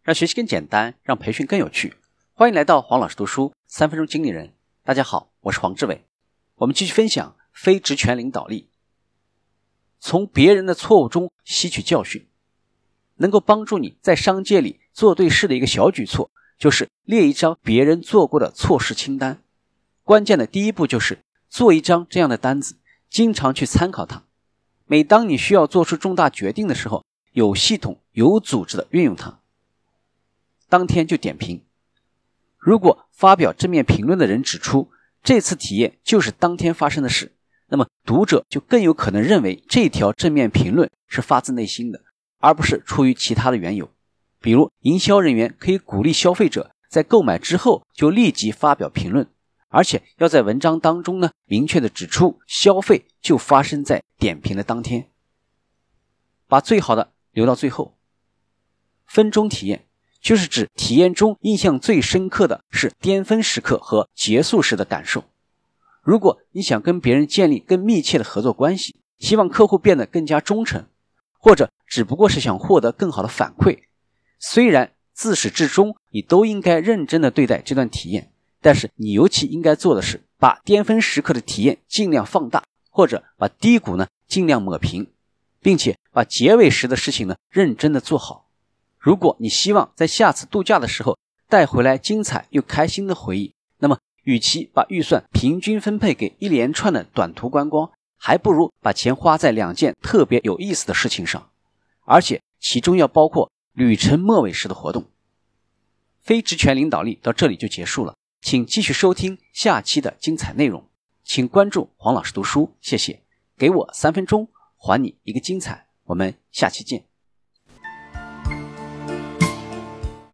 让学习更简单，让培训更有趣。欢迎来到黄老师读书3分钟经理人。大家好，我是黄志伟。我们继续分享非职权领导力。从别人的错误中吸取教训，能够帮助你在商界里做对事的一个小举措，就是列一张别人做过的错事清单。关键的第一步就是做一张这样的单子，经常去参考它。每当你需要做出重大决定的时候，有系统有组织的运用它。当天就点评。如果发表正面评论的人指出这次体验就是当天发生的事，那么读者就更有可能认为这条正面评论是发自内心的，而不是出于其他的缘由。比如营销人员可以鼓励消费者在购买之后就立即发表评论，而且要在文章当中明确的指出消费就发生在点评的当天。把最好的留到最后。分钟体验就是指体验中印象最深刻的是巅峰时刻和结束时的感受。如果你想跟别人建立更密切的合作关系，希望客户变得更加忠诚，或者只不过是想获得更好的反馈，虽然自始至终你都应该认真的对待这段体验，但是你尤其应该做的是把巅峰时刻的体验尽量放大，或者把低谷尽量抹平，并且把结尾时的事情认真的做好。如果你希望在下次度假的时候带回来精彩又开心的回忆，那么与其把预算平均分配给一连串的短途观光，还不如把钱花在2件特别有意思的事情上，而且其中要包括旅程末尾时的活动。非职权领导力到这里就结束了，请继续收听下期的精彩内容。请关注黄老师读书，谢谢。给我3分钟，还你一个精彩，我们下期见。